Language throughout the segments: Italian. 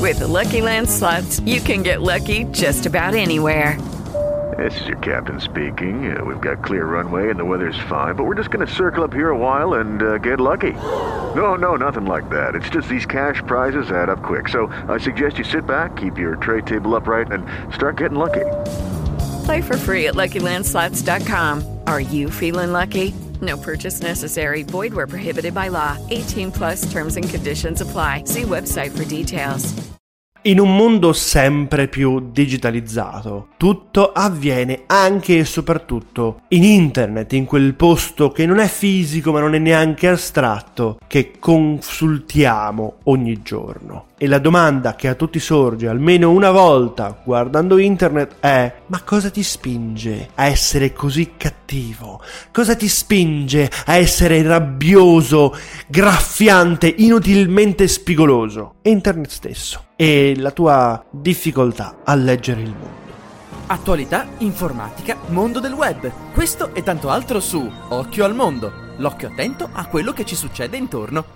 With the Lucky Land Slots, you can get lucky just about anywhere. This is your captain speaking. We've got clear runway and the weather's fine, but we're just going to circle up here a while and get lucky. No, nothing like that. It's just these cash prizes add up quick. So I suggest you sit back, keep your tray table upright, and start getting lucky. Play for free at LuckyLandSlots.com. Are you feeling lucky? No purchase necessary. Void where prohibited by law. 18 plus terms and conditions apply. See website for details. In un mondo sempre più digitalizzato, tutto avviene anche e soprattutto in internet, in quel posto che non è fisico ma non è neanche astratto, che consultiamo ogni giorno. E la domanda che a tutti sorge almeno una volta guardando internet è: ma cosa ti spinge a essere così cattivo? Cosa ti spinge a essere rabbioso, graffiante, inutilmente spigoloso? Internet stesso e la tua difficoltà a leggere il mondo. Attualità, informatica, mondo del web. Questo e tanto altro su Occhio al Mondo. L'occhio attento a quello che ci succede intorno.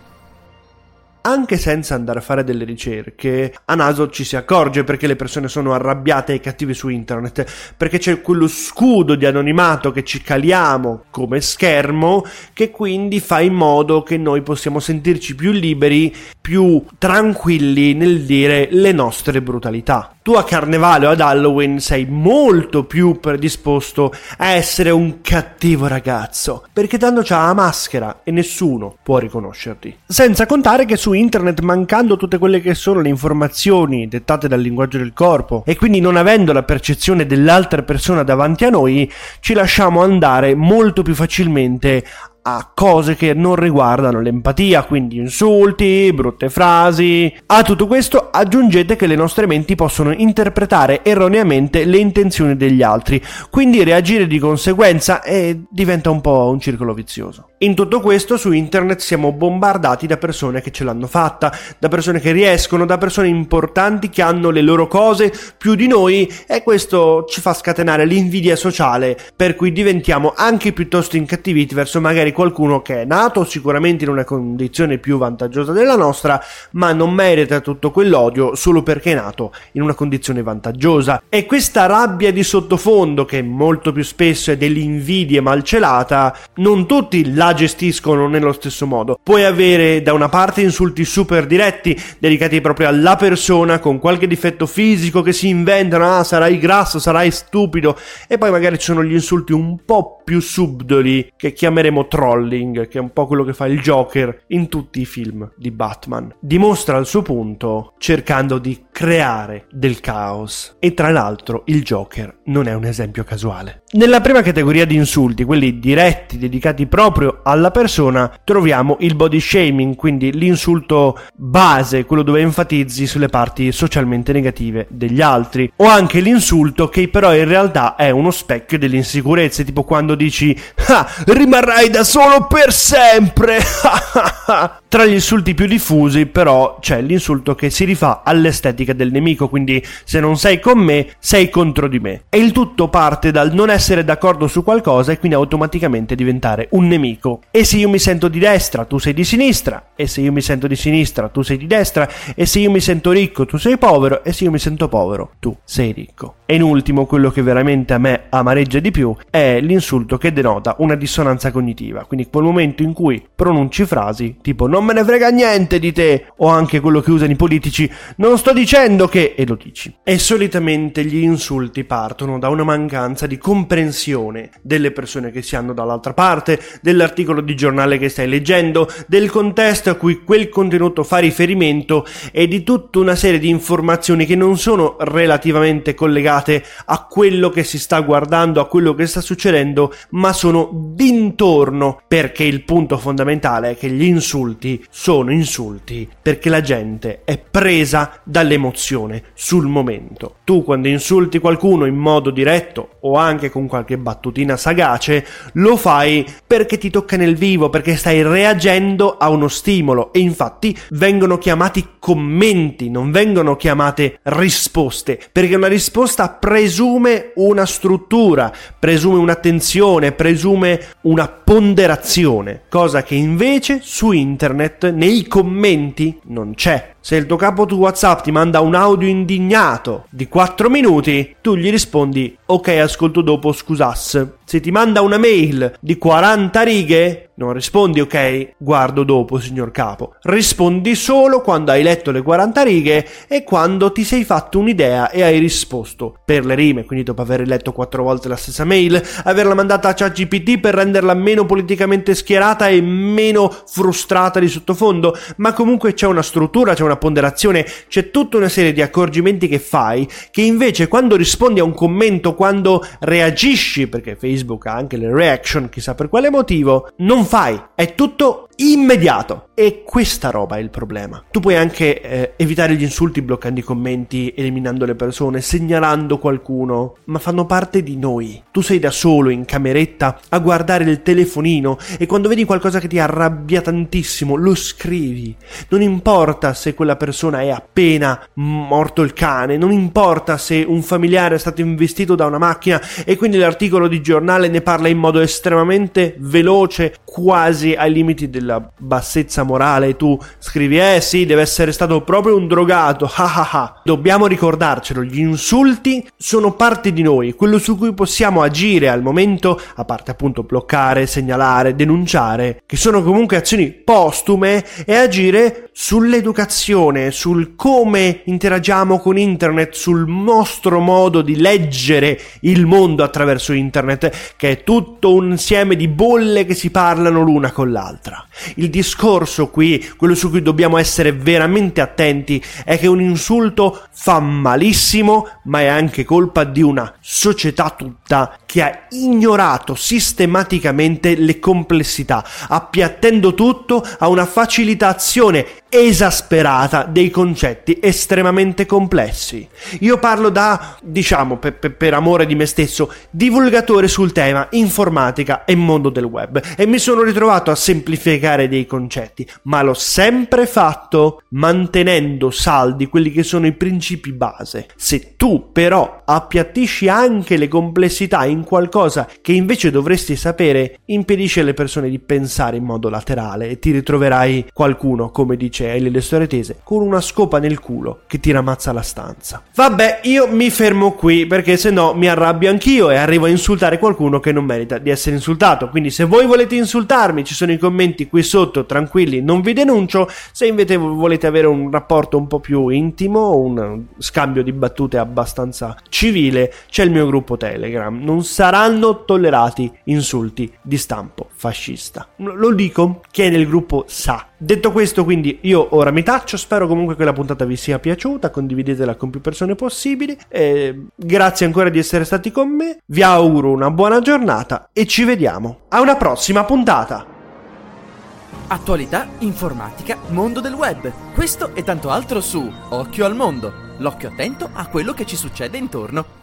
Anche senza andare a fare delle ricerche, a naso ci si accorge perché le persone sono arrabbiate e cattive su internet, perché c'è quello scudo di anonimato che ci caliamo come schermo, che quindi fa in modo che noi possiamo sentirci più liberi, più tranquilli nel dire le nostre brutalità. Tu a Carnevale o ad Halloween sei molto più predisposto a essere un cattivo ragazzo, perché tanto c'ha la maschera e nessuno può riconoscerti. Senza contare che su internet, mancando tutte quelle che sono le informazioni dettate dal linguaggio del corpo e quindi non avendo la percezione dell'altra persona davanti a noi, ci lasciamo andare molto più facilmente a cose che non riguardano l'empatia, quindi insulti, brutte frasi. A tutto questo aggiungete che le nostre menti possono interpretare erroneamente le intenzioni degli altri, quindi reagire di conseguenza e diventa un po' un circolo vizioso. In tutto questo su internet siamo bombardati da persone che ce l'hanno fatta, da persone che riescono, da persone importanti che hanno le loro cose più di noi, e questo ci fa scatenare l'invidia sociale, per cui diventiamo anche piuttosto incattiviti verso magari qualcuno che è nato sicuramente in una condizione più vantaggiosa della nostra, ma non merita tutto quell'odio solo perché è nato in una condizione vantaggiosa. E questa rabbia di sottofondo, che molto più spesso è dell'invidia malcelata, non tutti la gestiscono nello stesso modo. Puoi avere da una parte insulti super diretti dedicati proprio alla persona con qualche difetto fisico che si inventano: sarai grasso, sarai stupido, e poi magari ci sono gli insulti un po' più subdoli che chiameremo trolling, che è un po' quello che fa il Joker in tutti i film di Batman. Dimostra il suo punto cercando di creare del caos, e tra l'altro il Joker non è un esempio casuale. Nella prima categoria di insulti, quelli diretti dedicati proprio alla persona, troviamo il body shaming, quindi l'insulto base, quello dove enfatizzi sulle parti socialmente negative degli altri, o anche l'insulto che però in realtà è uno specchio delle insicurezze, tipo quando dici rimarrai da solo per sempre. Tra gli insulti più diffusi però c'è l'insulto che si rifà all'estetica del nemico, quindi se non sei con me sei contro di me, e il tutto parte dal non essere d'accordo su qualcosa e quindi automaticamente diventare un nemico. E se io mi sento di destra tu sei di sinistra, e se io mi sento di sinistra tu sei di destra, e se io mi sento ricco tu sei povero, e se io mi sento povero tu sei ricco. E in ultimo, quello che veramente a me amareggia di più è l'insulto che denota una dissonanza cognitiva, quindi quel momento in cui pronunci frasi tipo non me ne frega niente di te, o anche quello che usano i politici, non sto dicendo che, e lo dici. E solitamente gli insulti partono da una mancanza di comprensione delle persone che si hanno dall'altra parte, dell'articolo di giornale che stai leggendo, del contesto a cui quel contenuto fa riferimento, e di tutta una serie di informazioni che non sono relativamente collegate a quello che si sta guardando, a quello che sta succedendo, ma sono d'intorno, perché il punto fondamentale è che gli insulti sono insulti perché la gente è presa dall'emozione sul momento. Tu quando insulti qualcuno in modo diretto o anche con qualche battutina sagace, lo fai perché ti tocca nel vivo, perché stai reagendo a uno stimolo, e infatti vengono chiamati commenti, non vengono chiamate risposte, perché una risposta presume una struttura, presume un'attenzione, presume una ponderazione, cosa che invece su internet nei commenti non c'è. Se il tuo capo su WhatsApp ti manda un audio indignato di 4 minuti, tu gli rispondi ok, ascolto dopo, scusasse. Se ti manda una mail di 40 righe, non rispondi ok, guardo dopo, signor capo. Rispondi solo quando hai letto le 40 righe e quando ti sei fatto un'idea e hai risposto per le rime, quindi dopo aver letto 4 volte la stessa mail, averla mandata a ChatGPT per renderla meno politicamente schierata e meno frustrata di sottofondo, ma comunque c'è una struttura, c'è una ponderazione, c'è tutta una serie di accorgimenti che fai che invece quando rispondi a un commento, quando reagisci, perché Facebook ha anche le reaction, chissà per quale motivo, non fai, è tutto immediato. E questa roba è il problema. Tu puoi anche evitare gli insulti bloccando i commenti, eliminando le persone, segnalando qualcuno, ma fanno parte di noi. Tu sei da solo in cameretta a guardare il telefonino e quando vedi qualcosa che ti arrabbia tantissimo lo scrivi. Non importa se quella persona è appena morto il cane, non importa se un familiare è stato investito da una macchina e quindi l'articolo di giornale ne parla in modo estremamente veloce, quasi ai limiti della bassezza morale, e tu scrivi sì, deve essere stato proprio un drogato, Dobbiamo ricordarcelo, gli insulti sono parte di noi, quello su cui possiamo agire al momento, a parte appunto bloccare, segnalare, denunciare, che sono comunque azioni postume, e agire sull'educazione, sul come interagiamo con internet, sul nostro modo di leggere il mondo attraverso internet, che è tutto un insieme di bolle che si parlano l'una con l'altra. Il discorso qui, quello su cui dobbiamo essere veramente attenti, è che un insulto fa malissimo, ma è anche colpa di una società tutta che ha ignorato sistematicamente le complessità, appiattendo tutto a una facilitazione esasperata dei concetti estremamente complessi. Io parlo da, diciamo, per amore di me stesso, divulgatore sul tema informatica e mondo del web, e mi sono ritrovato a semplificare dei concetti, ma l'ho sempre fatto mantenendo saldi quelli che sono i principi base. Se tu però appiattisci anche le complessità in qualcosa che invece dovresti sapere, impedisci alle persone di pensare in modo laterale e ti ritroverai qualcuno, come dice le storie tese, con una scopa nel culo che ti ramazza la stanza. Vabbè, io mi fermo qui perché se no mi arrabbio anch'io e arrivo a insultare qualcuno che non merita di essere insultato. Quindi se voi volete insultarmi, ci sono i commenti qui sotto, tranquilli, non vi denuncio. Se invece volete avere un rapporto un po' più intimo, un scambio di battute abbastanza civile, c'è il mio gruppo Telegram. Non saranno tollerati insulti di stampo fascista. Lo dico, chi è nel gruppo sa. Detto questo, quindi io ora mi taccio, spero comunque che la puntata vi sia piaciuta, condividetela con più persone possibili, grazie ancora di essere stati con me, vi auguro una buona giornata e ci vediamo a una prossima puntata. Attualità, informatica, mondo del web, questo e tanto altro su Occhio al Mondo, l'occhio attento a quello che ci succede intorno.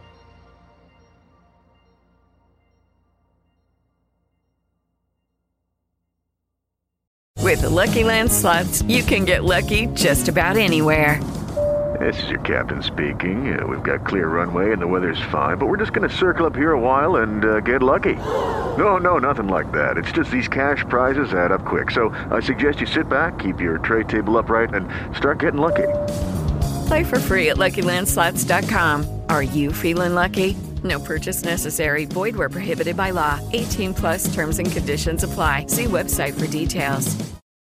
With the Lucky Land Slots, you can get lucky just about anywhere. This is your captain speaking. We've got clear runway and the weather's fine, but we're just going to circle up here a while and get lucky. No, nothing like that. It's just these cash prizes add up quick. So I suggest you sit back, keep your tray table upright, and start getting lucky. Play for free at LuckyLandSlots.com. Are you feeling lucky? No purchase necessary. Void where prohibited by law. 18+ terms and conditions apply. See website for details.